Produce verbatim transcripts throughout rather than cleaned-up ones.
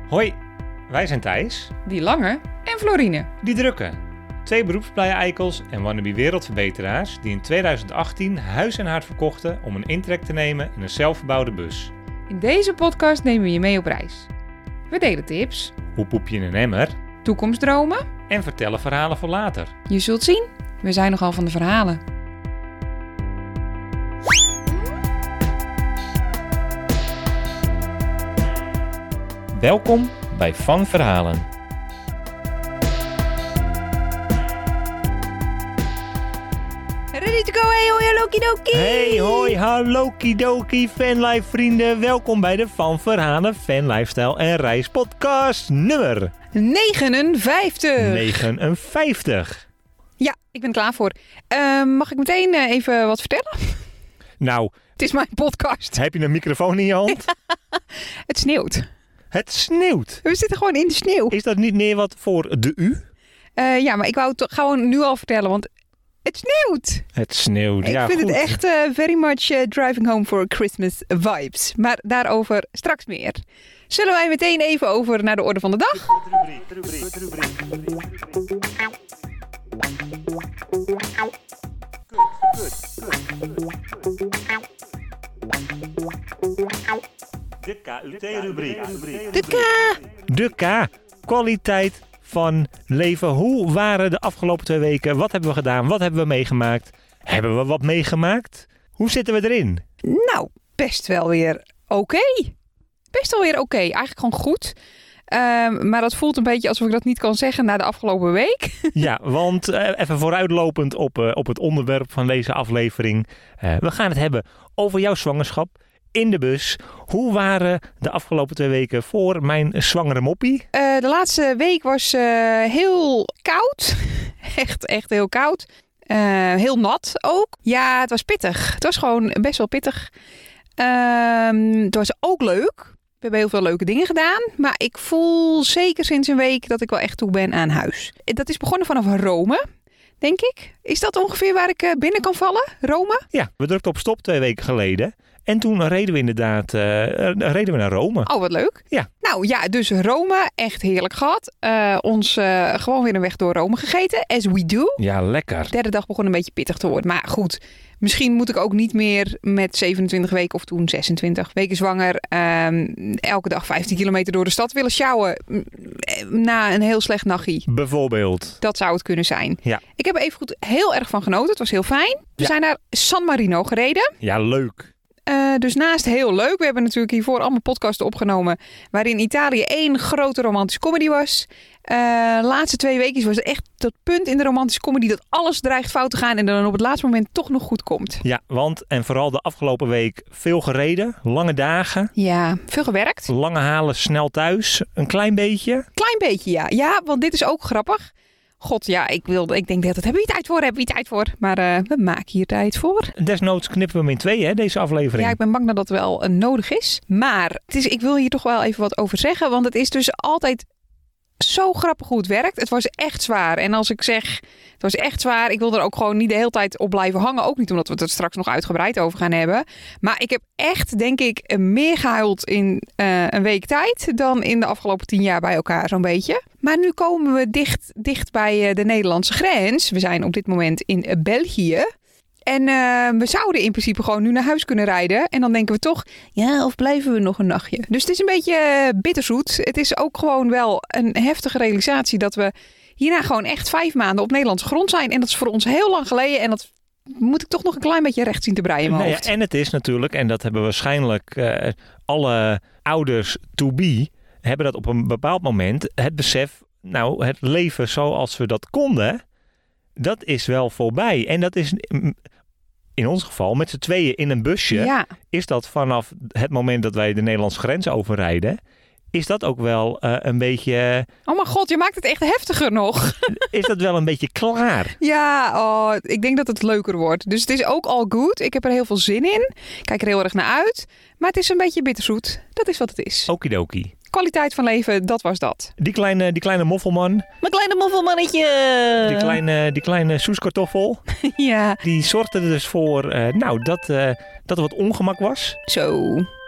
Hoi, wij zijn Thijs, Die Lange en Florine. die Drukke. Twee beroepsblije eikels en wannabe wereldverbeteraars die in tweeduizend achttien huis en hart verkochten om een intrek te nemen in een zelfgebouwde bus. In deze podcast nemen we je mee op reis. We delen tips, Hoe poep je in een emmer? toekomstdromen. En vertellen verhalen voor later. Je zult zien, we zijn nogal van de verhalen. Welkom bij Van Verhalen. Ready to go, hey hoi, loki doki! Hey, hoi, hallo kidoki, fanlife vrienden. Welkom bij de Van Verhalen Fan Lifestyle en Reis podcast nummer negenenvijftig! negenenvijftig. Ja, ik ben er klaar voor. Uh, mag ik meteen uh, even wat vertellen? Nou, Het is mijn podcast. heb je een microfoon in je hand? Het sneeuwt. Het sneeuwt. We zitten gewoon in de sneeuw. Is dat niet meer wat voor de U? Uh, ja, maar ik wou het toch gewoon nu al vertellen, want het sneeuwt. Het sneeuwt, Ik ja vind goed. het echt uh, very much uh, driving home for Christmas vibes. Maar daarover straks meer. Zullen wij meteen even over naar de orde van de dag? De K U T-rubriek. De K. De K. Kwaliteit van leven. Hoe waren de afgelopen twee weken? Wat hebben we gedaan? Wat hebben we meegemaakt? Hebben we wat meegemaakt? Hoe zitten we erin? Nou, best wel weer oké. Okay. Best wel weer oké. Okay. Eigenlijk gewoon goed. Um, maar dat voelt een beetje alsof ik dat niet kan zeggen na de afgelopen week. Ja, want uh, even vooruitlopend op, uh, op het onderwerp van deze aflevering. Uh, we gaan het hebben over jouw zwangerschap in de bus. Hoe waren de afgelopen twee weken voor mijn zwangere moppie? Uh, de laatste week was uh, heel koud. echt, echt heel koud. Uh, heel nat ook. Ja, het was pittig. Het was gewoon best wel pittig. Uh, het was ook leuk. We hebben heel veel leuke dingen gedaan. Maar ik voel zeker sinds een week dat ik wel echt toe ben aan huis. Dat is begonnen vanaf Rome, denk ik. Is dat ongeveer waar ik binnen kan vallen? Rome? Ja, we drukten op stop twee weken geleden. En toen reden we inderdaad uh, reden we naar Rome. Oh, wat leuk. Ja. Nou ja, dus Rome, echt heerlijk gehad. Uh, ons uh, gewoon weer een weg door Rome gegeten, as we do. Ja, lekker. De derde dag begon een beetje pittig te worden. Maar goed, misschien moet ik ook niet meer met zevenentwintig weken of toen zesentwintig weken zwanger Um, elke dag vijftien kilometer door de stad willen sjouwen na een heel slecht nachtje. Bijvoorbeeld. Dat zou het kunnen zijn. Ja. Ik heb er even goed heel erg van genoten. Het was heel fijn. We ja. zijn naar San Marino gereden. Ja, leuk. Uh, dus naast heel leuk, we hebben natuurlijk hiervoor allemaal podcasten opgenomen waarin Italië één grote romantische comedy was. Uh, laatste twee weken was het echt dat punt in de romantische comedy dat alles dreigt fout te gaan en dan op het laatste moment toch nog goed komt. Ja, want en vooral de afgelopen week veel gereden, lange dagen. Ja, veel gewerkt. Lange halen, snel thuis, een klein beetje. Klein beetje, ja. Ja, want dit is ook grappig. God, ja, ik, wilde, ik denk dat hebben we hier tijd voor, hebben we hier tijd voor. Maar uh, we maken hier tijd voor. Desnoods knippen we hem in twee, hè, deze aflevering. Ja, ik ben bang dat dat wel uh, nodig is. Maar het is, ik wil hier toch wel even wat over zeggen. Want het is dus altijd zo grappig hoe het werkt. Het was echt zwaar. En als ik zeg, het was echt zwaar. Ik wil er ook gewoon niet de hele tijd op blijven hangen. Ook niet omdat we het er straks nog uitgebreid over gaan hebben. Maar ik heb echt, denk ik, meer gehuild in uh, een week tijd dan in de afgelopen tien jaar bij elkaar zo'n beetje. Maar nu komen we dicht, dicht bij de Nederlandse grens. We zijn op dit moment in België. En uh, we zouden in principe gewoon nu naar huis kunnen rijden. En dan denken we toch, ja, of blijven we nog een nachtje? Dus het is een beetje bitterzoet. Het is ook gewoon wel een heftige realisatie dat we hierna gewoon echt vijf maanden op Nederlandse grond zijn. En dat is voor ons heel lang geleden. En dat moet ik toch nog een klein beetje recht zien te breien in mijn nou hoofd. Ja, en het is natuurlijk, en dat hebben waarschijnlijk uh, alle ouders to be, hebben dat op een bepaald moment het besef, nou, het leven zoals we dat konden, dat is wel voorbij. En dat is in ons geval met z'n tweeën in een busje. Ja. Is dat vanaf het moment dat wij de Nederlandse grens overrijden, is dat ook wel uh, een beetje... Oh mijn god, je maakt het echt heftiger nog. Is dat wel een beetje klaar? Ja, oh, ik denk dat het leuker wordt. Dus het is ook all good. Ik heb er heel veel zin in. Ik kijk er heel erg naar uit. Maar het is een beetje bitterzoet. Dat is wat het is. Okidoki. Kwaliteit van leven, dat was dat. Die kleine, die kleine moffelman. Mijn kleine moffelmannetje. Die kleine, die kleine soeskartoffel. Ja. Die zorgde er dus voor uh, nou, dat, uh, dat er wat ongemak was. Zo.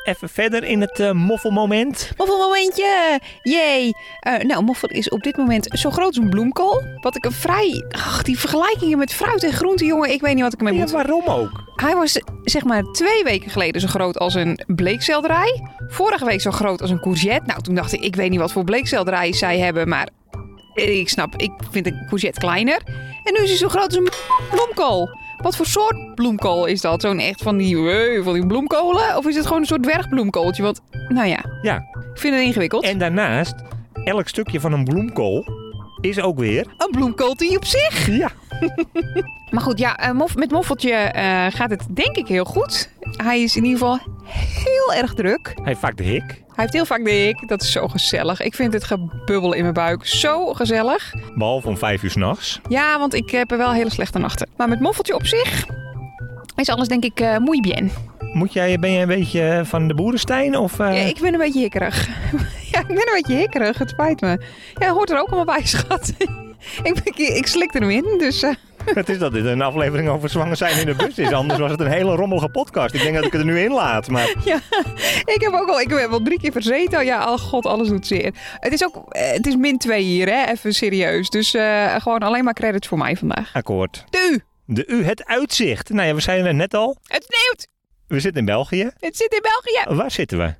even verder in het uh, moffelmoment. Moffelmomentje! Jee! Uh, nou, moffel is op dit moment zo groot als een bloemkool. Wat ik een vrij... Ach, die vergelijkingen met fruit en groente, jongen. Ik weet niet wat ik ermee Ja, moet. waarom ook? Hij was zeg maar twee weken geleden zo groot als een bleekselderij. Vorige week zo groot als een courgette. Nou, toen dacht ik, ik weet niet wat voor bleekselderij zij hebben, maar ik snap, ik vind een courgette kleiner. En nu is hij zo groot als een bloemkool. Wat voor soort bloemkool is dat? Zo'n echt van die, uh, van die bloemkolen? Of is het gewoon een soort dwergbloemkooltje? Want, nou ja, Ja. ik vind het ingewikkeld. En daarnaast, elk stukje van een bloemkool is ook weer... Een bloemkooltje op zich. Ja. Maar goed, ja, uh, mof, met Moffeltje uh, gaat het denk ik heel goed. Hij is in ieder geval heel erg druk. Hij heeft vaak de hik. Hij heeft heel vaak de hik. Dat is zo gezellig. Ik vind het gebubbel in mijn buik zo gezellig. Behalve om vijf uur 's nachts. Ja, want ik heb er wel hele slechte nachten. Maar met Moffeltje op zich is alles denk ik uh, muy bien. Moet jij, ben jij een beetje van de boerenstein? Of, uh... Ja, ik ben een beetje hikkerig. Ja, ik ben een beetje hikkerig. Het spijt me. Ja, hoort er ook allemaal bij, schat. ik, ik, ik slikte hem in, dus... Uh... Het is dat dit een aflevering over zwanger zijn in de bus is. Anders was het een hele rommelige podcast. Ik denk dat ik het er nu in laat. Maar... Ja, ik heb ook al, ik heb al drie keer verzeten. Ja, oh god, alles doet zeer. Het is ook, het is min twee hier, hè? Even serieus. Dus uh, gewoon alleen maar credits voor mij vandaag. Akkoord. De U. De U, het uitzicht. Nou ja, we zijn er net al. Het sneeuwt. We zitten in België. Het zit in België. Waar zitten we?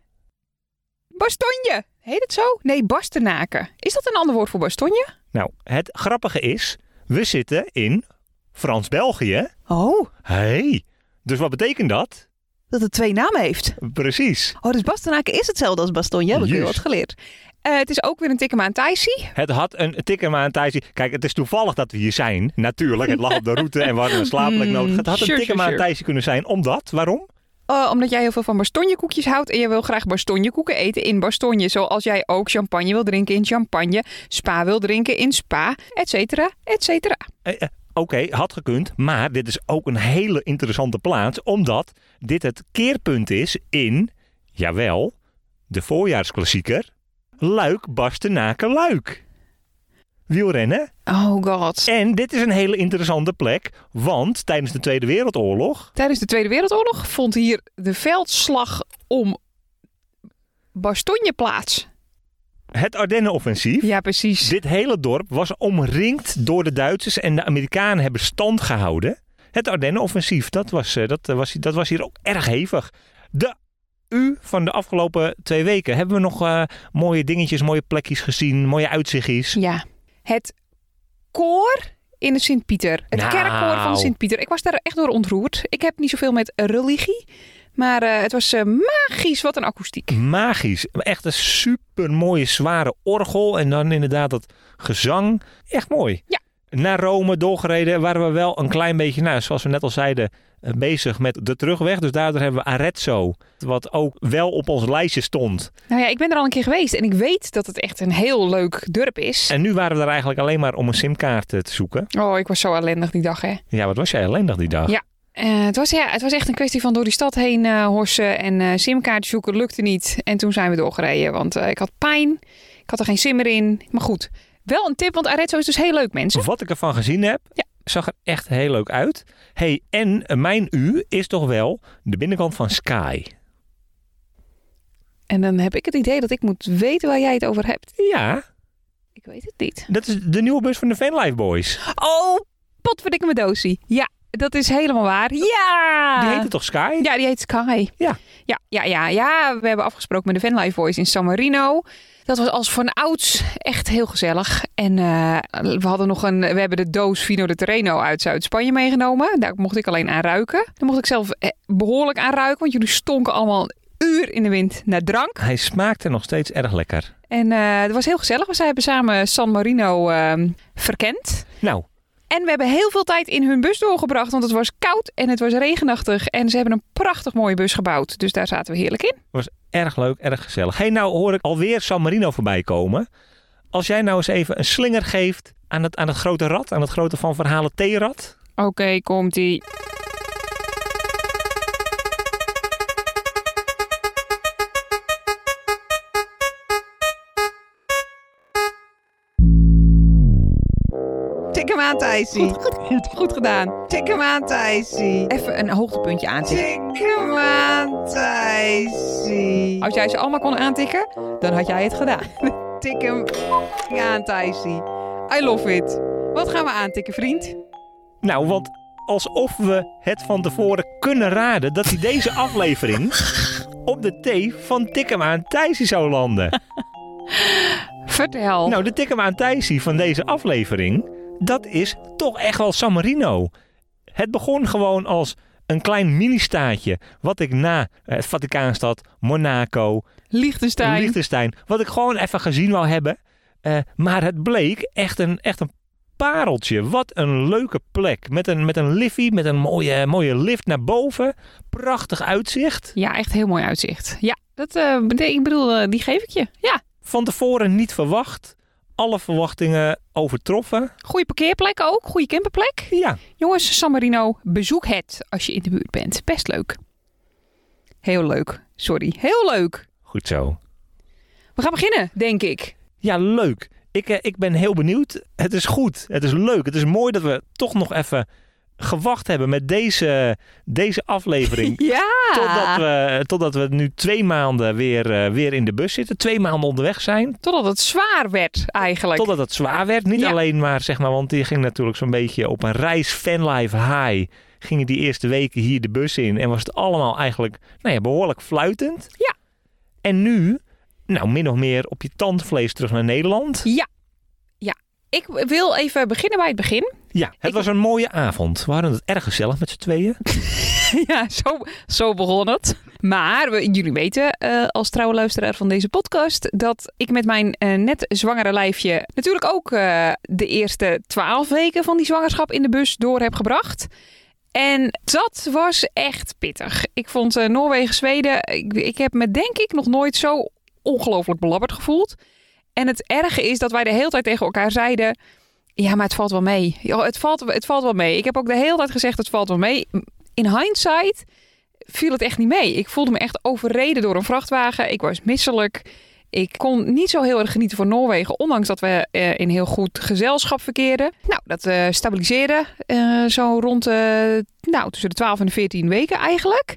Bastonje. Heet het zo? Nee, Bastenaken. Is dat een ander woord voor bastonje? Nou, het grappige is, we zitten in Frans-België. Oh, Hey, dus wat betekent dat? dat het twee namen heeft. Precies. Oh, dus Bastenaken is hetzelfde als bastonje. Heb ik weer Juist. wat geleerd. Uh, het is ook weer een tikkermaan Thijsie. Het had een tikkermaan Thijsie. Kijk, het is toevallig dat we hier zijn. Natuurlijk, het lag op de route en we hadden een slaapplek nodig. Het had een Sure, tikkermaan sure, sure. Thijsie kunnen zijn. Omdat? Waarom? Uh, omdat jij heel veel van bastonjekoekjes houdt en je wil graag bastonjekoeken eten in bastonje. Zoals jij ook champagne wil drinken in champagne, spa wil drinken in spa, et cetera, et cetera. Eh, eh, Oké, okay, had gekund. Maar dit is ook een hele interessante plaats. Omdat dit het keerpunt is in, jawel, de voorjaarsklassieker Luik, Bastenaken, Luik. Wielrennen. Oh god. En dit is een hele interessante plek. Want tijdens de Tweede Wereldoorlog... Tijdens de Tweede Wereldoorlog vond hier de veldslag om Bastogne plaats. Het Ardennenoffensief. Ja, precies. Dit hele dorp was omringd door de Duitsers en de Amerikanen hebben stand gehouden. Het Ardennenoffensief, dat was, dat was, dat was hier ook erg hevig. De U van de afgelopen twee weken hebben we nog uh, mooie dingetjes, mooie plekjes gezien, mooie uitzichtjes. Ja. Het koor in de Sint-Pieter. Het Nou. kerkkoor van de Sint-Pieter. Ik was daar echt door ontroerd. Ik heb niet zoveel met religie. Maar uh, het was uh, magisch. Wat een akoestiek. Magisch. Echt een super mooie zware orgel. En dan inderdaad dat gezang. Echt mooi. Ja. Naar Rome doorgereden waren we wel een klein beetje, nou, zoals we net al zeiden, bezig met de terugweg. Dus daardoor hebben we Arezzo, wat ook wel op ons lijstje stond. Nou ja, ik ben er al een keer geweest. En ik weet dat het echt een heel leuk dorp is. En nu waren we er eigenlijk alleen maar om een simkaart te zoeken. Oh, ik was zo ellendig die dag, hè. Ja, wat was jij ellendig die dag? Ja. Uh, het, was, ja, het was echt een kwestie van door die stad heen uh, horsen en uh, simkaartjes zoeken. Lukte niet. En toen zijn we doorgereden. Want uh, ik had pijn. Ik had er geen sim meer in. Maar goed. Wel een tip, want Arezzo is dus heel leuk, mensen. Wat ik ervan gezien heb, ja. zag er echt heel leuk uit. Hey, en mijn U is toch wel de binnenkant van Sky. En dan heb ik het idee dat ik moet weten waar jij het over hebt. Ja. Ik weet het niet. Dat is de nieuwe bus van de Vanlife Boys. Oh, potverdikke me doosie. Ja, dat is helemaal waar. Ja! Die heette toch Sky? Ja, die heet Sky. Ja. Ja, ja, ja, ja. We hebben afgesproken met de Vanlife Boys in San Marino. Dat was als van ouds echt heel gezellig. En uh, we hadden nog een, we hebben de doos Vino de Terreno uit Zuid-Spanje meegenomen. Daar mocht ik alleen aan ruiken. Daar mocht ik zelf behoorlijk aan ruiken, want jullie stonken allemaal een uur in de wind naar drank. Hij smaakte nog steeds erg lekker. En uh, het was heel gezellig. We hebben samen San Marino uh, verkend. Nou. En we hebben heel veel tijd in hun bus doorgebracht, want het was koud en het was regenachtig. En ze hebben een prachtig mooie bus gebouwd. Dus daar zaten we heerlijk in. Het was erg leuk, erg gezellig. Hey, nou hoor ik alweer San Marino voorbij komen. Als jij nou eens even een slinger geeft aan het, aan het grote rad, aan het grote Van Verhalen theerad. Oké, okay, komt-ie. Tik hem aan, Thijsie. Goed, goed, goed, goed gedaan. Tik hem aan, Thijsie. Even een hoogtepuntje aantikken. Tik hem aan, Thijsie. Als jij ze allemaal kon aantikken, dan had jij het gedaan. Tik hem aan, Thijsie. I love it. Wat gaan we aantikken, vriend? Nou, want alsof we het van tevoren kunnen raden dat hij deze aflevering op de thee van Tik hem aan Thijsie zou landen. Vertel. Nou, de Tik hem aan Thijsie van deze aflevering, dat is toch echt wel San Marino. Het begon gewoon als een klein mini-staatje wat ik na het Vaticaanstad, Monaco, Liechtenstein. Liechtenstein, wat ik gewoon even gezien wou hebben. Uh, maar het bleek echt een, echt een pareltje. Wat een leuke plek. Met een, met een liffie, met een mooie, mooie lift naar boven. Prachtig uitzicht. Ja, echt heel mooi uitzicht. Ja, dat, uh, ik bedoel, uh, die geef ik je. Ja. Van tevoren niet verwacht. Alle verwachtingen overtroffen. Goeie parkeerplek ook. Goeie camperplek. Ja. Jongens, San Marino, bezoek het als je in de buurt bent. Best leuk. Heel leuk. Sorry. Heel leuk. Goed zo. We gaan beginnen, denk ik. Ja, leuk. Ik, eh, ik ben heel benieuwd. Het is goed. Het is leuk. Het is mooi dat we toch nog even gewacht hebben met deze, deze aflevering. Ja. Totdat we, totdat we nu twee maanden weer, uh, weer in de bus zitten. Twee maanden onderweg zijn. Totdat het zwaar werd eigenlijk. Totdat het zwaar werd. Niet ja. alleen maar, zeg maar, want die ging natuurlijk zo'n beetje op een reis fanlife high. Gingen die eerste weken hier de bus in. En was het allemaal eigenlijk nou ja, behoorlijk fluitend. Ja. En nu, nou min of meer op je tandvlees terug naar Nederland. Ja. Ja. Ik wil even beginnen bij het begin. Ja, het ik... was een mooie avond. We hadden het erg gezellig met z'n tweeën. Ja, zo, zo begon het. Maar we, jullie weten uh, als trouwe luisteraar van deze podcast dat ik met mijn uh, net zwangere lijfje natuurlijk ook uh, de eerste twaalf weken van die zwangerschap in de bus door heb gebracht. En dat was echt pittig. Ik vond uh, Noorwegen, Zweden, ik, ik heb me denk ik nog nooit zo ongelooflijk belabberd gevoeld. En het erge is dat wij de hele tijd tegen elkaar zeiden, ja, maar het valt wel mee. Ja, het, valt, het valt wel mee. Ik heb ook de hele tijd gezegd, het valt wel mee. In hindsight viel het echt niet mee. Ik voelde me echt overreden door een vrachtwagen. Ik was misselijk. Ik kon niet zo heel erg genieten van Noorwegen, ondanks dat we uh, in heel goed gezelschap verkeerden. Nou, dat uh, stabiliseerde uh, zo rond uh, nou, tussen de twaalf en de veertien weken eigenlijk.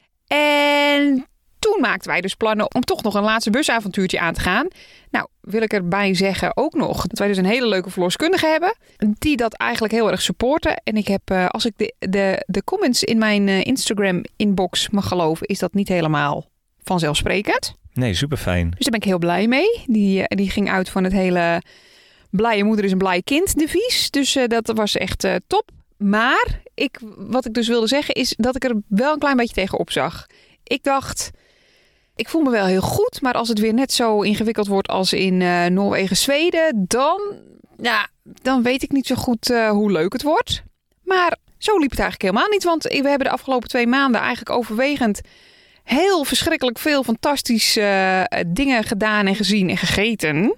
En toen maakten wij dus plannen om toch nog een laatste busavontuurtje aan te gaan. Nou, wil ik erbij zeggen ook nog dat wij dus een hele leuke verloskundige hebben, die dat eigenlijk heel erg supporten. En ik heb, uh, als ik de, de, de comments in mijn uh, Instagram-inbox mag geloven, is dat niet helemaal vanzelfsprekend. Nee, super fijn. Dus daar ben ik heel blij mee. Die, die ging uit van het hele blije moeder is een blij kind devies. Dus uh, dat was echt uh, top. Maar ik, wat ik dus wilde zeggen is dat ik er wel een klein beetje tegen opzag. Ik dacht, ik voel me wel heel goed, maar als het weer net zo ingewikkeld wordt als in uh, Noorwegen, Zweden, dan, ja, dan weet ik niet zo goed uh, hoe leuk het wordt. Maar zo liep het eigenlijk helemaal niet, want we hebben de afgelopen twee maanden eigenlijk overwegend heel verschrikkelijk veel fantastische uh, dingen gedaan en gezien en gegeten.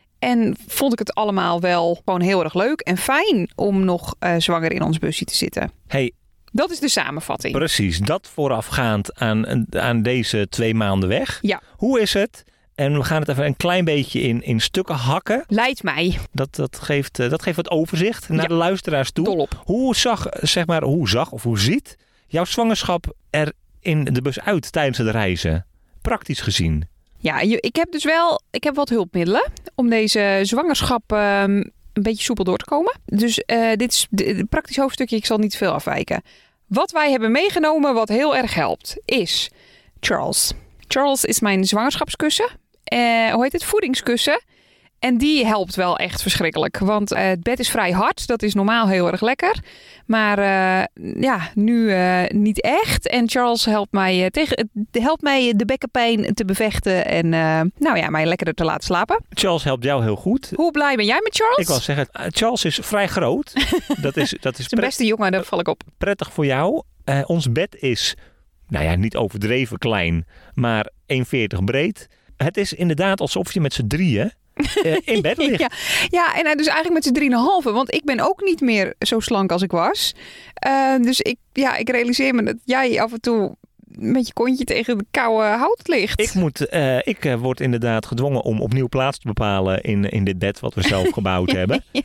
En vond ik het allemaal wel gewoon heel erg leuk en fijn om nog uh, zwanger in ons busje te zitten. Hey, dat is de samenvatting. Precies, dat voorafgaand aan, aan deze twee maanden weg. Ja. Hoe is het? En we gaan het even een klein beetje in, in stukken hakken. Leidt mij. Dat, dat, geeft, dat geeft wat overzicht naar ja. de luisteraars toe. Dolop. Hoe zag, zeg maar, hoe zag of hoe ziet jouw zwangerschap er in de bus uit tijdens het reizen? Praktisch gezien. Ja, ik heb dus wel ik heb wat hulpmiddelen om deze zwangerschap um, een beetje soepel door te komen. Dus uh, dit is een praktisch hoofdstukje, ik zal niet veel afwijken. Wat wij hebben meegenomen, wat heel erg helpt, is Charles. Charles is mijn zwangerschapskussen. Uh, hoe heet het? Voedingskussen. En die helpt wel echt verschrikkelijk. Want uh, het bed is vrij hard. Dat is normaal heel erg lekker. Maar uh, ja, nu uh, niet echt. En Charles helpt mij, uh, tegen, helpt mij de bekkenpijn te bevechten. En uh, nou ja, mij lekkerder te laten slapen. Charles helpt jou heel goed. Hoe blij ben jij met Charles? Ik wou zeggen, Charles is vrij groot. dat is, dat is de beste jongen, daar val ik op. Prettig voor jou. Uh, ons bed is, nou ja, niet overdreven klein. Maar één komma veertig breed. Het is inderdaad alsof je met z'n drieën Uh, in bed ligt. ja, ja, en dus eigenlijk met z'n drieënhalve. Want ik ben ook niet meer zo slank als ik was. Uh, dus ik, ja, ik realiseer me dat jij af en toe met je kontje tegen de koude hout ligt. Ik, moet, uh, ik uh, word inderdaad gedwongen om opnieuw plaats te bepalen in, in dit bed wat we zelf gebouwd hebben. ja.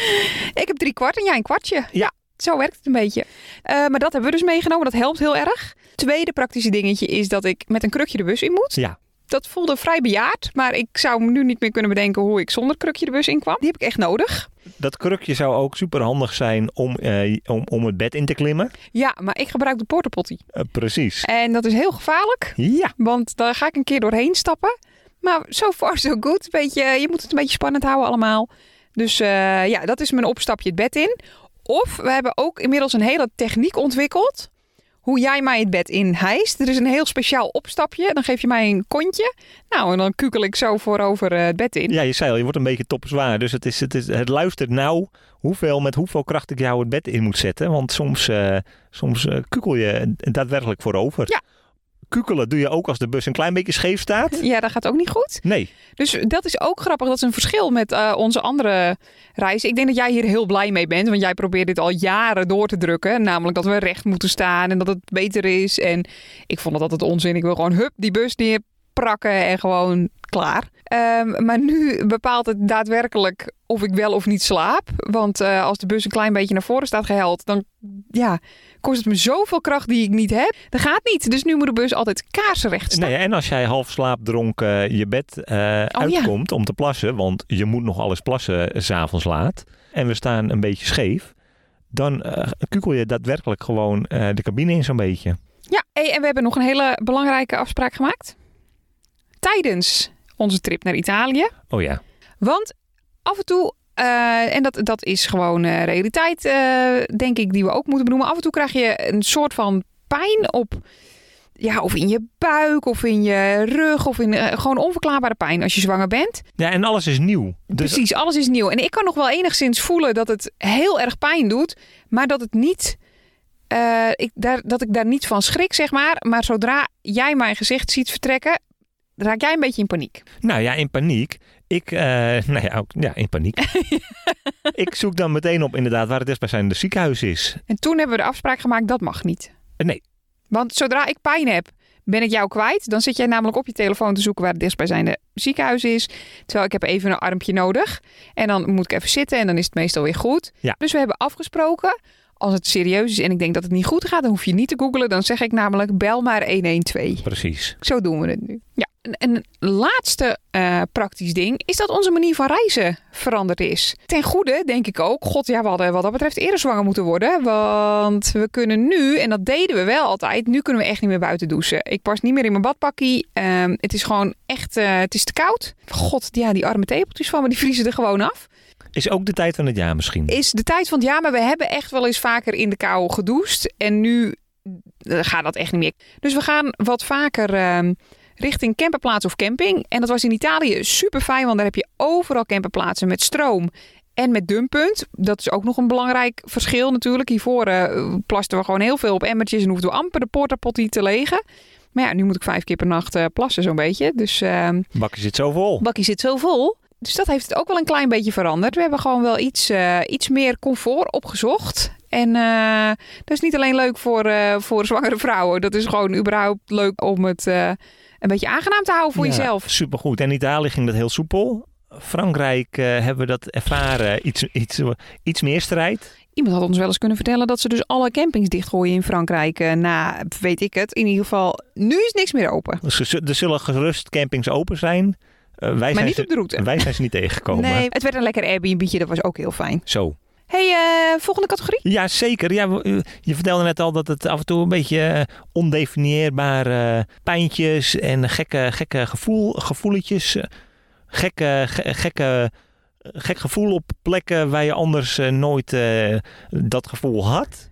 Ik heb drie kwart en jij een kwartje. Ja. Zo werkt het een beetje. Uh, maar dat hebben we dus meegenomen. Dat helpt heel erg. Tweede praktische dingetje is dat ik met een krukje de bus in moet. Ja. dat voelde vrij bejaard. Maar ik zou me nu niet meer kunnen bedenken hoe ik zonder krukje de bus in kwam. Die heb ik echt nodig. Dat krukje zou ook super handig zijn om, uh, om, om het bed in te klimmen. Ja, maar ik gebruik de porta potty. Uh, precies. En dat is heel gevaarlijk. Ja. Want daar ga ik een keer doorheen stappen. Maar so far so good. Beetje, je moet het een beetje spannend houden allemaal. Dus uh, ja, dat is mijn opstapje het bed in. Of we hebben ook inmiddels een hele techniek ontwikkeld. Hoe jij mij het bed in hijst. Er is een heel speciaal opstapje. Dan geef je mij een kontje. Nou, en dan kukel ik zo voorover uh, het bed in. Ja, je zei al, je wordt een beetje topzwaar. Dus het, is, het, is, het luistert nou hoeveel, met hoeveel kracht ik jou het bed in moet zetten. Want soms, uh, soms uh, kukel je daadwerkelijk voorover. Ja. Kukelen doe je ook als de bus een klein beetje scheef staat. Ja, dat gaat ook niet goed. Nee. Dus dat is ook grappig. Dat is een verschil met uh, onze andere reizen. Ik denk dat jij hier heel blij mee bent. Want jij probeert dit al jaren door te drukken. Namelijk dat we recht moeten staan en dat het beter is. En ik vond het altijd onzin. Ik wil gewoon hup die bus neerprakken en gewoon klaar. Um, maar nu bepaalt het daadwerkelijk of ik wel of niet slaap. Want uh, als de bus een klein beetje naar voren staat geheld, dan ja, kost het me zoveel kracht die ik niet heb. Dat gaat niet. Dus nu moet de bus altijd kaarsrecht staan. Nee, en als jij half slaapdronken je bed uh, oh, uitkomt ja. om te plassen, want je moet nog alles plassen 's avonds laat, en we staan een beetje scheef, dan uh, kukel je daadwerkelijk gewoon uh, de cabine in zo'n beetje. Ja, en we hebben nog een hele belangrijke afspraak gemaakt. Tijdens onze trip naar Italië. Oh ja. Want af en toe, uh, en dat, dat is gewoon uh, realiteit, uh, denk ik, die we ook moeten benoemen. Af en toe krijg je een soort van pijn op, ja, of in je buik, of in je rug, of in uh, gewoon onverklaarbare pijn als je zwanger bent. Ja, en alles is nieuw. Dus... Precies, alles is nieuw. En ik kan nog wel enigszins voelen dat het heel erg pijn doet, maar dat het niet... Uh, ik, daar, dat ik daar niet van schrik, zeg maar. Maar zodra jij mijn gezicht ziet vertrekken, raak jij een beetje in paniek. Nou ja, in paniek. Ik, uh, nou ja, ook, ja, in paniek. Ik zoek dan meteen op inderdaad waar het dichtstbijzijnde ziekenhuis is. En toen hebben we de afspraak gemaakt, dat mag niet. Nee. Want zodra ik pijn heb, ben ik jou kwijt. Dan zit jij namelijk op je telefoon te zoeken waar het dichtstbijzijnde ziekenhuis is. Terwijl ik heb even een armpje nodig. En dan moet ik even zitten en dan is het meestal weer goed. Ja. Dus we hebben afgesproken, als het serieus is en ik denk dat het niet goed gaat, dan hoef je niet te googlen. Dan zeg ik namelijk, bel maar honderdtwaalf. Precies. Zo doen we het nu. Ja. En een laatste uh, praktisch ding is dat onze manier van reizen veranderd is. Ten goede denk ik ook, god ja, we hadden wat dat betreft eerder zwanger moeten worden. Want we kunnen nu, en dat deden we wel altijd, nu kunnen we echt niet meer buiten douchen. Ik pas niet meer in mijn badpakkie. Um, het is gewoon echt, uh, het is te koud. God, ja, die arme tepeltjes van me, die vriezen er gewoon af. Is ook de tijd van het jaar misschien. Is de tijd van het jaar, maar we hebben echt wel eens vaker in de kou gedoucht. En nu uh, gaat dat echt niet meer. Dus we gaan wat vaker uh, richting camperplaats of camping. En dat was in Italië super fijn, want daar heb je overal camperplaatsen met stroom en met dumppunt. Dat is ook nog een belangrijk verschil natuurlijk. Hiervoor uh, plasten we gewoon heel veel op emmertjes en hoefden we amper de porta potty te legen. Maar ja, nu moet ik vijf keer per nacht uh, plassen zo'n beetje. Dus uh, bakkie zit zo vol. Bakkie zit zo vol. Dus dat heeft het ook wel een klein beetje veranderd. We hebben gewoon wel iets, uh, iets meer comfort opgezocht. En uh, dat is niet alleen leuk voor, uh, voor zwangere vrouwen. Dat is gewoon überhaupt leuk om het uh, een beetje aangenaam te houden voor ja, jezelf. Supergoed. En in Italië ging dat heel soepel. Frankrijk uh, hebben we dat ervaren. Iets, iets, iets meer strijd. Iemand had ons wel eens kunnen vertellen dat ze dus alle campings dichtgooien in Frankrijk. Uh, nou, weet ik het. In ieder geval, nu is niks meer open. Dus er zullen gerust campings open zijn. Uh, wij maar zijn niet ze, op de route. Wij zijn ze niet tegengekomen. Nee, het werd een lekker Airbnb'tje. Dat was ook heel fijn. Zo. Hey, uh, volgende categorie? Ja, zeker. Ja, je vertelde net al dat het af en toe een beetje ondefinieerbare pijntjes en gekke, gekke gevoel, gevoeletjes. Gekke, gekke, gek gevoel op plekken waar je anders nooit uh, dat gevoel had.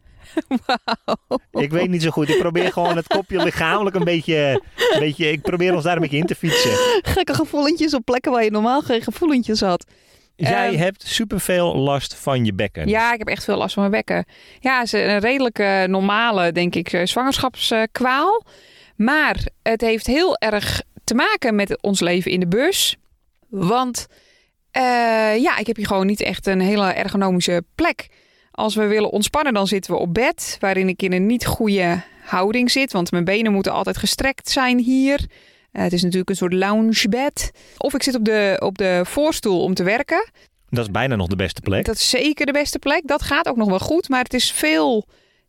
Wow. Ik weet niet zo goed. Ik probeer gewoon het kopje lichamelijk een beetje, een beetje... Ik probeer ons daar een beetje in te fietsen. Gekke gevoelentjes op plekken waar je normaal geen gevoelentjes had. Jij um, hebt superveel last van je bekken. Ja, ik heb echt veel last van mijn bekken. Ja, het is een redelijke normale, denk ik, zwangerschapskwaal. Maar het heeft heel erg te maken met ons leven in de bus. Want uh, ja, ik heb hier gewoon niet echt een hele ergonomische plek. Als we willen ontspannen, dan zitten we op bed, waarin ik in een niet goede houding zit. Want mijn benen moeten altijd gestrekt zijn hier. Uh, het is natuurlijk een soort loungebed. Of ik zit op de, op de voorstoel om te werken. Dat is bijna nog de beste plek. Dat is zeker de beste plek. Dat gaat ook nog wel goed. Maar het is veel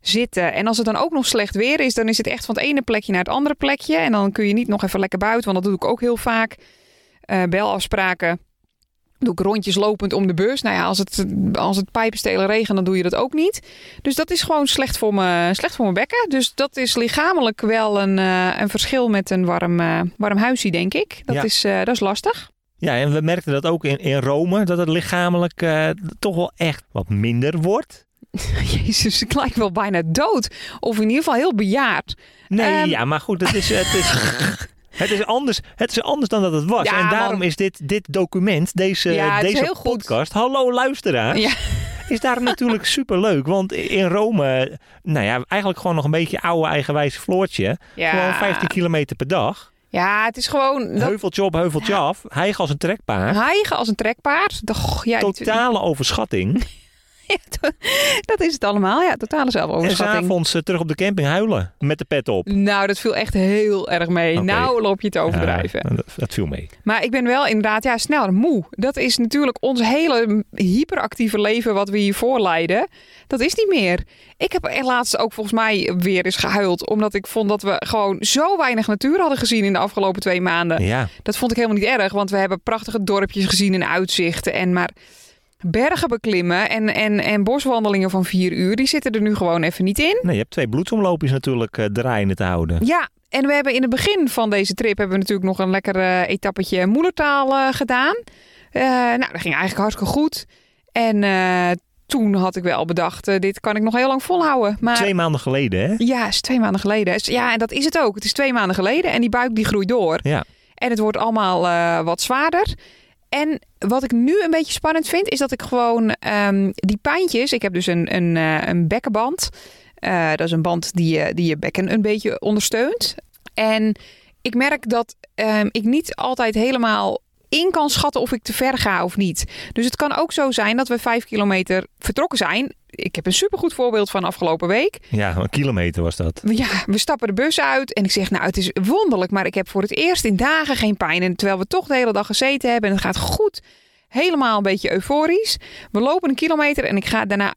zitten. En als het dan ook nog slecht weer is, dan is het echt van het ene plekje naar het andere plekje. En dan kun je niet nog even lekker buiten, want dat doe ik ook heel vaak. Uh, belafspraken doe ik rondjes lopend om de bus. Nou ja, als het, als het pijpenstelen regent, dan doe je dat ook niet. Dus dat is gewoon slecht voor mijn, slecht voor mijn bekken. Dus dat is lichamelijk wel een, uh, een verschil met een warm, uh, warm huisje, denk ik. Dat, ja. is, uh, dat is lastig. Ja, en we merkten dat ook in, in Rome, dat het lichamelijk uh, toch wel echt wat minder wordt. Jezus, ik lijk wel bijna dood. Of in ieder geval heel bejaard. Nee, um, ja, maar goed, het is... Het is Het is, anders, het is anders dan dat het was. Ja, en daarom man. is dit, dit document, deze, ja, deze podcast, goed. Hallo luisteraars, ja. is daarom natuurlijk superleuk. Want in Rome, nou ja, eigenlijk gewoon nog een beetje oude eigenwijze Floortje. Ja. Gewoon vijftien kilometer per dag. Ja, het is gewoon... Dat... Heuveltje op, heuveltje ja. af. Hijgen als een trekpaard. Hijgen als een trekpaard. Doch, ja, Totale die... overschatting. Ja, dat is het allemaal. Ja, totale zelfoverschatting. En 's avonds uh, terug op de camping huilen met de pet op. Nou, dat viel echt heel erg mee. Okay. Nou loop je te overdrijven. Ja, dat, dat viel mee. Maar ik ben wel inderdaad ja, sneller moe. Dat is natuurlijk ons hele hyperactieve leven wat we hiervoor leiden. Dat is niet meer. Ik heb er laatst ook volgens mij weer eens gehuild. Omdat ik vond dat we gewoon zo weinig natuur hadden gezien in de afgelopen twee maanden. Ja. Dat vond ik helemaal niet erg. Want we hebben prachtige dorpjes gezien en uitzichten. En maar... bergen beklimmen en, en, en boswandelingen van vier uur, die zitten er nu gewoon even niet in. Nee, je hebt twee bloedsomloopjes natuurlijk uh, draaiende te houden. Ja, en we hebben in het begin van deze trip hebben we natuurlijk nog een lekker uh, etappetje Moedertaal uh, gedaan. Uh, nou, dat ging eigenlijk hartstikke goed. En uh, toen had ik wel bedacht, uh, dit kan ik nog heel lang volhouden. Maar... Twee maanden geleden, hè? Ja, is twee maanden geleden. Ja, en dat is het ook. Het is twee maanden geleden en die buik die groeit door. Ja. En het wordt allemaal uh, wat zwaarder. En wat ik nu een beetje spannend vind, is dat ik gewoon um, die pijntjes... Ik heb dus een, een, uh, een bekkenband. Uh, dat is een band die, uh, die je bekken een beetje ondersteunt. En ik merk dat um, ik niet altijd helemaal in kan schatten of ik te ver ga of niet. Dus het kan ook zo zijn dat we vijf kilometer vertrokken zijn. Ik heb een supergoed voorbeeld van afgelopen week. Ja, een kilometer was dat. Ja, we stappen de bus uit en ik zeg, nou, het is wonderlijk, maar ik heb voor het eerst in dagen geen pijn. En terwijl we toch de hele dag gezeten hebben en het gaat goed, helemaal een beetje euforisch. We lopen een kilometer en ik ga daarna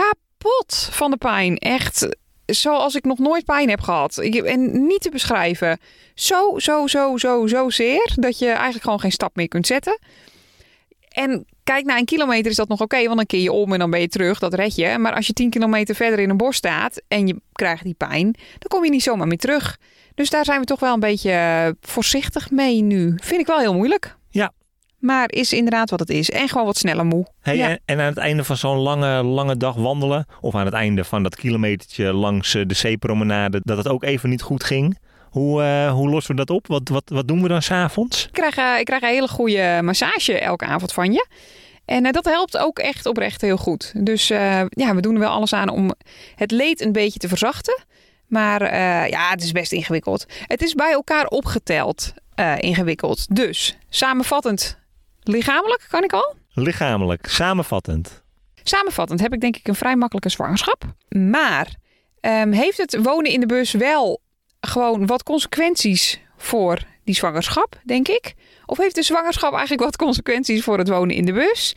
kapot van de pijn. Echt zoals ik nog nooit pijn heb gehad. Ik, en niet te beschrijven. Zo, zo, zo, zo, zo zeer dat je eigenlijk gewoon geen stap meer kunt zetten. En kijk, na een kilometer is dat nog oké, okay, want dan keer je om en dan ben je terug. Dat red je. Maar als je tien kilometer verder in een bos staat en je krijgt die pijn, dan kom je niet zomaar meer terug. Dus daar zijn we toch wel een beetje voorzichtig mee nu. Vind ik wel heel moeilijk. Ja. Maar is inderdaad wat het is. En gewoon wat sneller moe. Hey, ja. en, en aan het einde van zo'n lange, lange dag wandelen, of aan het einde van dat kilometertje langs de zeepromenade, dat het ook even niet goed ging. Hoe, uh, hoe lossen we dat op? Wat, wat, wat doen we dan 's avonds? Ik krijg, uh, ik krijg een hele goede massage elke avond van je. En uh, dat helpt ook echt oprecht heel goed. Dus uh, ja, we doen er wel alles aan om het leed een beetje te verzachten. Maar uh, ja, het is best ingewikkeld. Het is bij elkaar opgeteld uh, ingewikkeld. Dus samenvattend, lichamelijk kan ik al? Lichamelijk, samenvattend. Samenvattend heb ik denk ik een vrij makkelijke zwangerschap. Maar um, heeft het wonen in de bus wel gewoon wat consequenties voor die zwangerschap, denk ik? Of heeft de zwangerschap eigenlijk wat consequenties voor het wonen in de bus?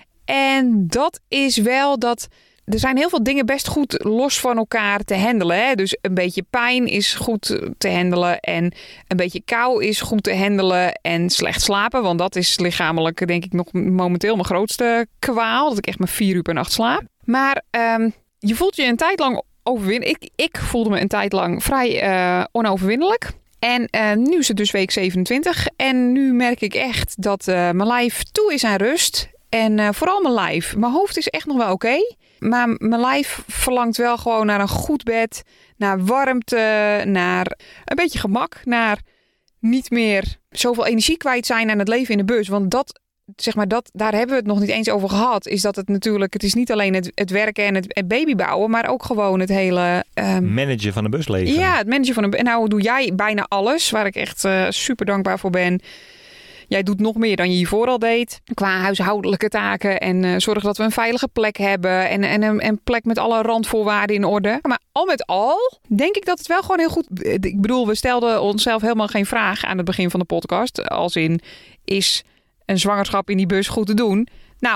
En dat is wel dat er zijn heel veel dingen best goed los van elkaar te handelen. Hè? Dus een beetje pijn is goed te handelen en een beetje kou is goed te handelen en slecht slapen. Want dat is lichamelijk denk ik nog momenteel mijn grootste kwaal. Dat ik echt maar vier uur per nacht slaap. Maar um, je voelt je een tijd lang overwinnelijk. Ik, ik voelde me een tijd lang vrij uh, onoverwinnelijk. En uh, nu is het dus week zevenentwintig. En nu merk ik echt dat uh, mijn lijf toe is aan rust. En uh, vooral mijn lijf. Mijn hoofd is echt nog wel oké. Okay, maar mijn lijf verlangt wel gewoon naar een goed bed. Naar warmte. Naar een beetje gemak. Naar niet meer zoveel energie kwijt zijn aan het leven in de bus. Want dat, zeg maar, dat, daar hebben we het nog niet eens over gehad. Is dat het natuurlijk, het is niet alleen het, het werken en het, het babybouwen. Maar ook gewoon het hele Um, managen van de busleven. Ja, het managen van de En nou doe jij bijna alles. Waar ik echt uh, super dankbaar voor ben. Jij doet nog meer dan je hiervoor al deed. Qua huishoudelijke taken. En uh, zorg dat we een veilige plek hebben. En, en een, een plek met alle randvoorwaarden in orde. Maar al met al denk ik dat het wel gewoon heel goed... Ik bedoel, we stelden onszelf helemaal geen vraag aan het begin van de podcast. Als in, is een zwangerschap in die bus goed te doen? Nou,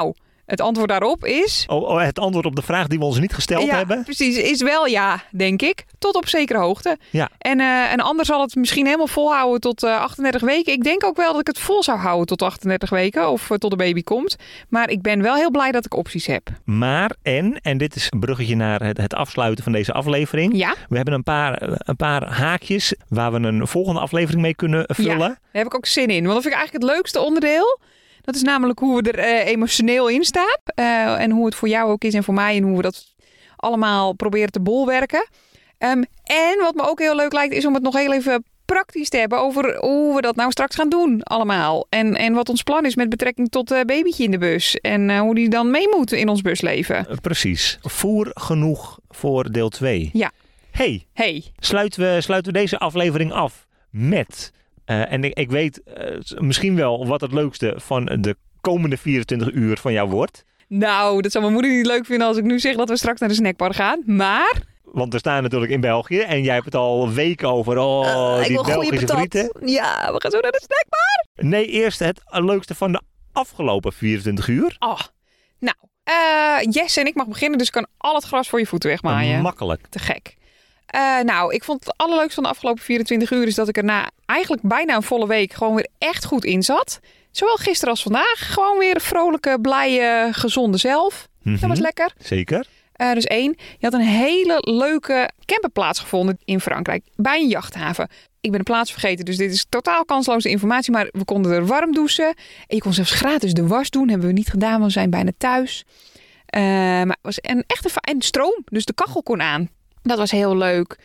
Het antwoord daarop is... Oh, oh, het antwoord op de vraag die we ons niet gesteld ja, hebben? Precies, is wel ja, denk ik. Tot op zekere hoogte. Ja. En uh, een ander zal het misschien helemaal volhouden tot uh, achtendertig weken. Ik denk ook wel dat ik het vol zou houden tot achtendertig weken of uh, tot de baby komt. Maar ik ben wel heel blij dat ik opties heb. Maar, en, en dit is een bruggetje naar het, het afsluiten van deze aflevering. Ja. We hebben een paar, een paar haakjes waar we een volgende aflevering mee kunnen vullen. Ja, daar heb ik ook zin in. Want dat vind ik eigenlijk het leukste onderdeel. Dat is namelijk hoe we er uh, emotioneel in staan. Uh, en hoe het voor jou ook is en voor mij. En hoe we dat allemaal proberen te bolwerken. Um, en wat me ook heel leuk lijkt is om het nog heel even praktisch te hebben over hoe we dat nou straks gaan doen allemaal. En, en wat ons plan is met betrekking tot uh, babytje in de bus. En uh, hoe die dan mee moet in ons busleven. Uh, precies. Voer genoeg voor deel twee. Ja. Hey, hey. Sluiten, we, sluiten we deze aflevering af met... Uh, en ik, ik weet uh, misschien wel wat het leukste van de komende vierentwintig uur van jou wordt. Nou, dat zou mijn moeder niet leuk vinden als ik nu zeg dat we straks naar de snackbar gaan. Maar... Want we staan natuurlijk in België en jij hebt het al weken over oh, uh, die Belgische frieten. Ja, we gaan zo naar de snackbar. Nee, eerst het leukste van de afgelopen vierentwintig uur. Oh, nou, uh, Jess en ik mag beginnen, dus ik kan al het gras voor je voeten wegmaaien. Uh, makkelijk. Te gek. Uh, nou, ik vond het allerleukste van de afgelopen vierentwintig uur is dat ik er na eigenlijk bijna een volle week gewoon weer echt goed in zat. Zowel gisteren als vandaag. Gewoon weer een vrolijke, blije, gezonde zelf. Mm-hmm. Dat was lekker. Zeker. Uh, dus één, je had een hele leuke camperplaats gevonden in Frankrijk. Bij een jachthaven. Ik ben de plaats vergeten, dus dit is totaal kansloze informatie. Maar we konden er warm douchen. En je kon zelfs gratis de was doen. Hebben we niet gedaan, want we zijn bijna thuis. Uh, maar het was een echte fa- en stroom. Dus de kachel kon aan. Dat was heel leuk.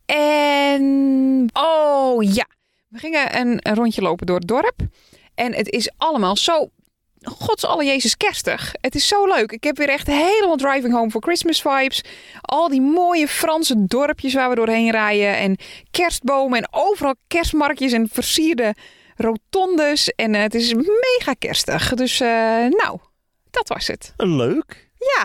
En... Oh ja. We gingen een, een rondje lopen door het dorp. En het is allemaal zo... Gods alle Jezus kerstig. Het is zo leuk. Ik heb weer echt helemaal driving home for Christmas vibes. Al die mooie Franse dorpjes waar we doorheen rijden. En kerstbomen en overal kerstmarktjes en versierde rotondes. En uh, het is mega kerstig. Dus uh, nou, dat was het. Leuk. Ja.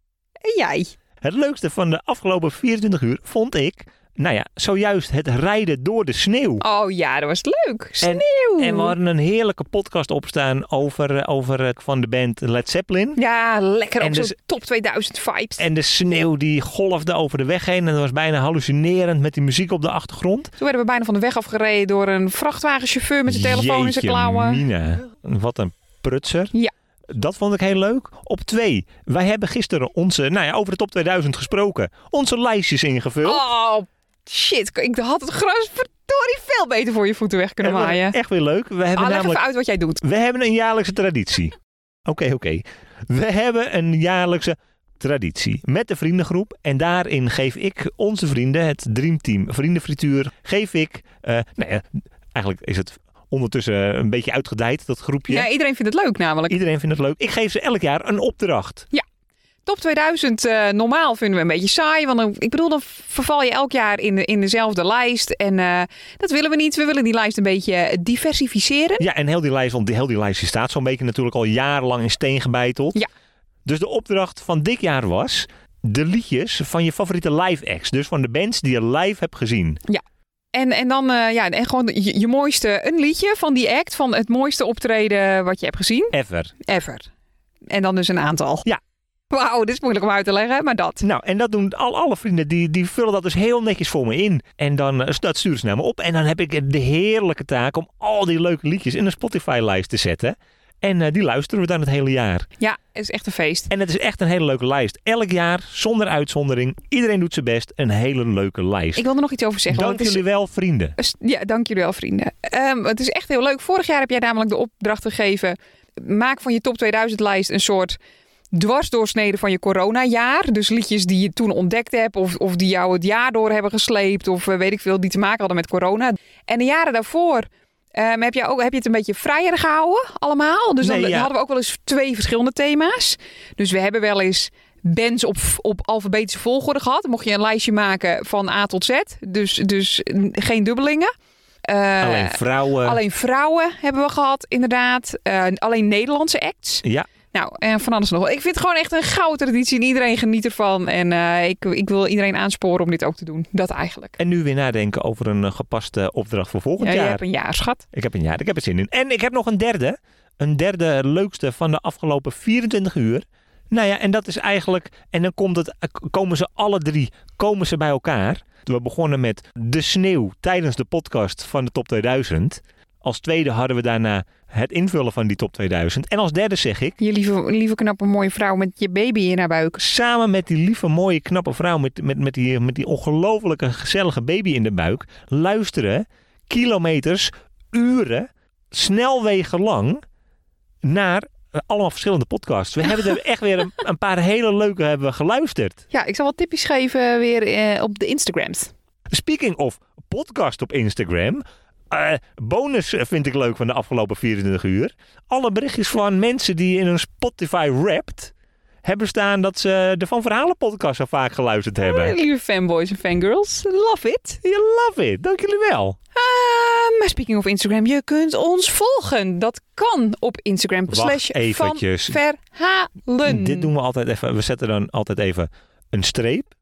En jij? Het leukste van de afgelopen vierentwintig uur vond ik... Nou ja, zojuist het rijden door de sneeuw. Oh ja, dat was leuk. Sneeuw. En, en we hadden een heerlijke podcast opstaan over, over van de band Led Zeppelin. Ja, lekker. En ook dus, zo top tweeduizend vibes. En de sneeuw die golfde over de weg heen. En dat was bijna hallucinerend met die muziek op de achtergrond. Toen werden we bijna van de weg afgereden door een vrachtwagenchauffeur met zijn telefoon in zijn klauwen. Mina, wat een prutser. Ja. Dat vond ik heel leuk. Op twee, wij hebben gisteren onze, nou ja, over de top tweeduizend gesproken. Onze lijstjes ingevuld. Oh, shit. Ik had het gras verdorie veel beter voor je voeten weg kunnen maaien. Echt weer leuk. We hebben ah, leg namelijk, even uit wat jij doet. We hebben een jaarlijkse traditie. Oké, okay, oké. Okay. We hebben een jaarlijkse traditie met de vriendengroep. En daarin geef ik onze vrienden, het Dreamteam Vriendenfrituur, geef ik, uh, nou ja, eigenlijk is het ondertussen een beetje uitgedijd, dat groepje. Ja, iedereen vindt het leuk namelijk. Iedereen vindt het leuk. Ik geef ze elk jaar een opdracht. Ja. Top tweeduizend uh, normaal vinden we een beetje saai. Want dan, ik bedoel, dan verval je elk jaar in, de, in dezelfde lijst. En uh, dat willen we niet. We willen die lijst een beetje diversificeren. Ja, en heel die lijst, want die, heel die lijst die staat zo'n beetje natuurlijk al jarenlang in steen gebeiteld. Ja. Dus de opdracht van dit jaar was de liedjes van je favoriete live acts. Dus van de bands die je live hebt gezien. Ja. En, en dan uh, ja, en gewoon je, je mooiste, een liedje van die act, van het mooiste optreden wat je hebt gezien. Ever. Ever. En dan dus een aantal. Ja. Wauw, dit is moeilijk om uit te leggen, maar dat. Nou, en dat doen al alle vrienden, die, die vullen dat dus heel netjes voor me in. En dan uh, dat sturen ze naar me op. En dan heb ik de heerlijke taak om al die leuke liedjes in een Spotify-lijst te zetten. En uh, die luisteren we dan het hele jaar. Ja, het is echt een feest. En het is echt een hele leuke lijst. Elk jaar, zonder uitzondering. Iedereen doet zijn best. Een hele leuke lijst. Ik wil er nog iets over zeggen. Dank jullie is... wel, vrienden. Ja, dank jullie wel, vrienden. Um, het is echt heel leuk. Vorig jaar heb jij namelijk de opdracht gegeven. Maak van je top tweeduizend lijst een soort dwarsdoorsnede van je coronajaar. Dus liedjes die je toen ontdekt hebt. Of, of die jou het jaar door hebben gesleept. Of uh, weet ik veel, die te maken hadden met corona. En de jaren daarvoor... Um, heb, je ook, heb je het een beetje vrijer gehouden allemaal? Dus dan, nee, ja. dan hadden we ook wel eens twee verschillende thema's. Dus we hebben wel eens bands op, op alfabetische volgorde gehad. Mocht je een lijstje maken van A tot Z. Dus, dus geen dubbelingen. Uh, alleen vrouwen. Alleen vrouwen hebben we gehad, inderdaad. Uh, alleen Nederlandse acts. Ja. Nou, en van alles nog. Ik vind het gewoon echt een gouden traditie en iedereen geniet ervan. En uh, ik, ik wil iedereen aansporen om dit ook te doen. Dat eigenlijk. En nu weer nadenken over een uh, gepaste opdracht voor volgend ja, jaar. Je hebt een jaar, schat. Ik heb een jaar, ik heb er zin in. En ik heb nog een derde. Een derde leukste van de afgelopen vierentwintig uur. Nou ja, en dat is eigenlijk... En dan komt het, komen ze alle drie komen ze bij elkaar. We begonnen met de sneeuw tijdens de podcast van de top tweeduizend. Als tweede hadden we daarna het invullen van die top tweeduizend. En als derde zeg ik... Je lieve, lieve knappe mooie vrouw met je baby in haar buik. Samen met die lieve mooie knappe vrouw met, met, met die, met die ongelofelijke gezellige baby in de buik. Luisteren kilometers, uren, snelwegen lang naar... allemaal verschillende podcasts. We hebben er echt weer een, een paar hele leuke hebben we geluisterd. Ja, ik zal wat tipjes geven weer eh, op de Instagrams. Speaking of podcast op Instagram. Uh, bonus vind ik leuk van de afgelopen vierentwintig uur. Alle berichtjes van mensen die in een Spotify Wrapped hebben staan dat ze de Van Verhalen podcast zo vaak geluisterd hebben. Uh, lieve fanboys en fangirls, love it. You love it, dank jullie wel. Uh, maar speaking of Instagram, je kunt ons volgen. Dat kan op Instagram slash Van Verhalen. Dit doen we altijd even. We zetten dan altijd even een streep.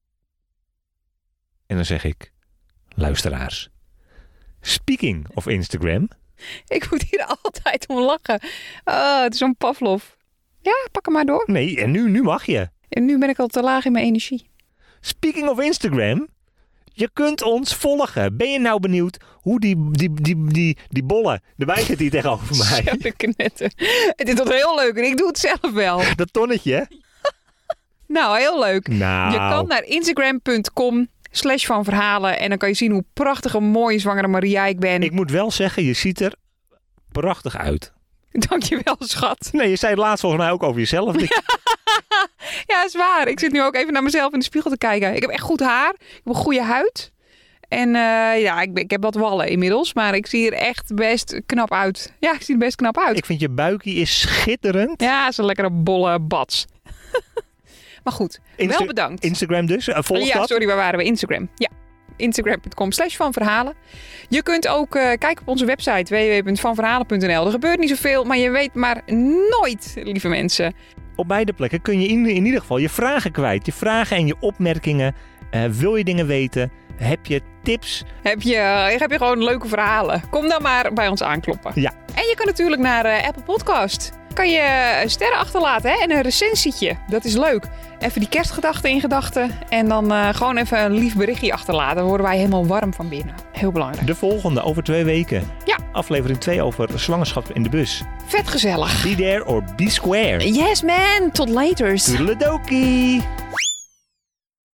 En dan zeg ik, luisteraars. Speaking of Instagram. Ik moet hier altijd om lachen. Oh, het is zo'n Pavlov. Ja, pak hem maar door. Nee, en nu, nu mag je. En nu ben ik al te laag in mijn energie. Speaking of Instagram. Je kunt ons volgen. Ben je nou benieuwd hoe die, die, die, die, die bollen... Erbij zit hier tegenover mij. Zo de knetten. Het is toch heel leuk en ik doe het zelf wel. Dat tonnetje. Nou, heel leuk. Nou. Je kan naar instagram punt com slash van verhalen. En dan kan je zien hoe prachtige, mooie zwangere Maria ik ben. Ik moet wel zeggen, je ziet er prachtig uit. Dankjewel, schat. Nee, je zei het laatst volgens mij ook over jezelf. Ja, is waar. Ik zit nu ook even naar mezelf in de spiegel te kijken. Ik heb echt goed haar. Ik heb een goede huid. En uh, ja, ik, ik heb wat wallen inmiddels. Maar ik zie er echt best knap uit. Ja, ik zie er best knap uit. Ik vind je buikje is schitterend. Ja, zo'n lekkere bolle bats. Maar goed, Insta- wel bedankt. Instagram dus, uh, volg Ja, dat. sorry, waar waren we? Instagram. Ja, instagram punt com slash van verhalen. Je kunt ook uh, kijken op onze website w w w punt van verhalen punt n l. Er gebeurt niet zoveel, maar je weet maar nooit, lieve mensen. Op beide plekken kun je in, in ieder geval je vragen kwijt. Je vragen en je opmerkingen. Uh, wil je dingen weten? Heb je tips? Heb je, uh, heb je gewoon leuke verhalen? Kom dan maar bij ons aankloppen. Ja. En je kan natuurlijk naar uh, Apple Podcast. Kan je sterren achterlaten hè? En een recensietje. Dat is leuk. Even die kerstgedachten in gedachten. En dan uh, gewoon even een lief berichtje achterlaten. Dan worden wij helemaal warm van binnen. Heel belangrijk. De volgende over twee weken. Ja. Aflevering twee over zwangerschap in de bus. Vet gezellig. Be there or be square. Yes man. Tot later. Toedeledokie.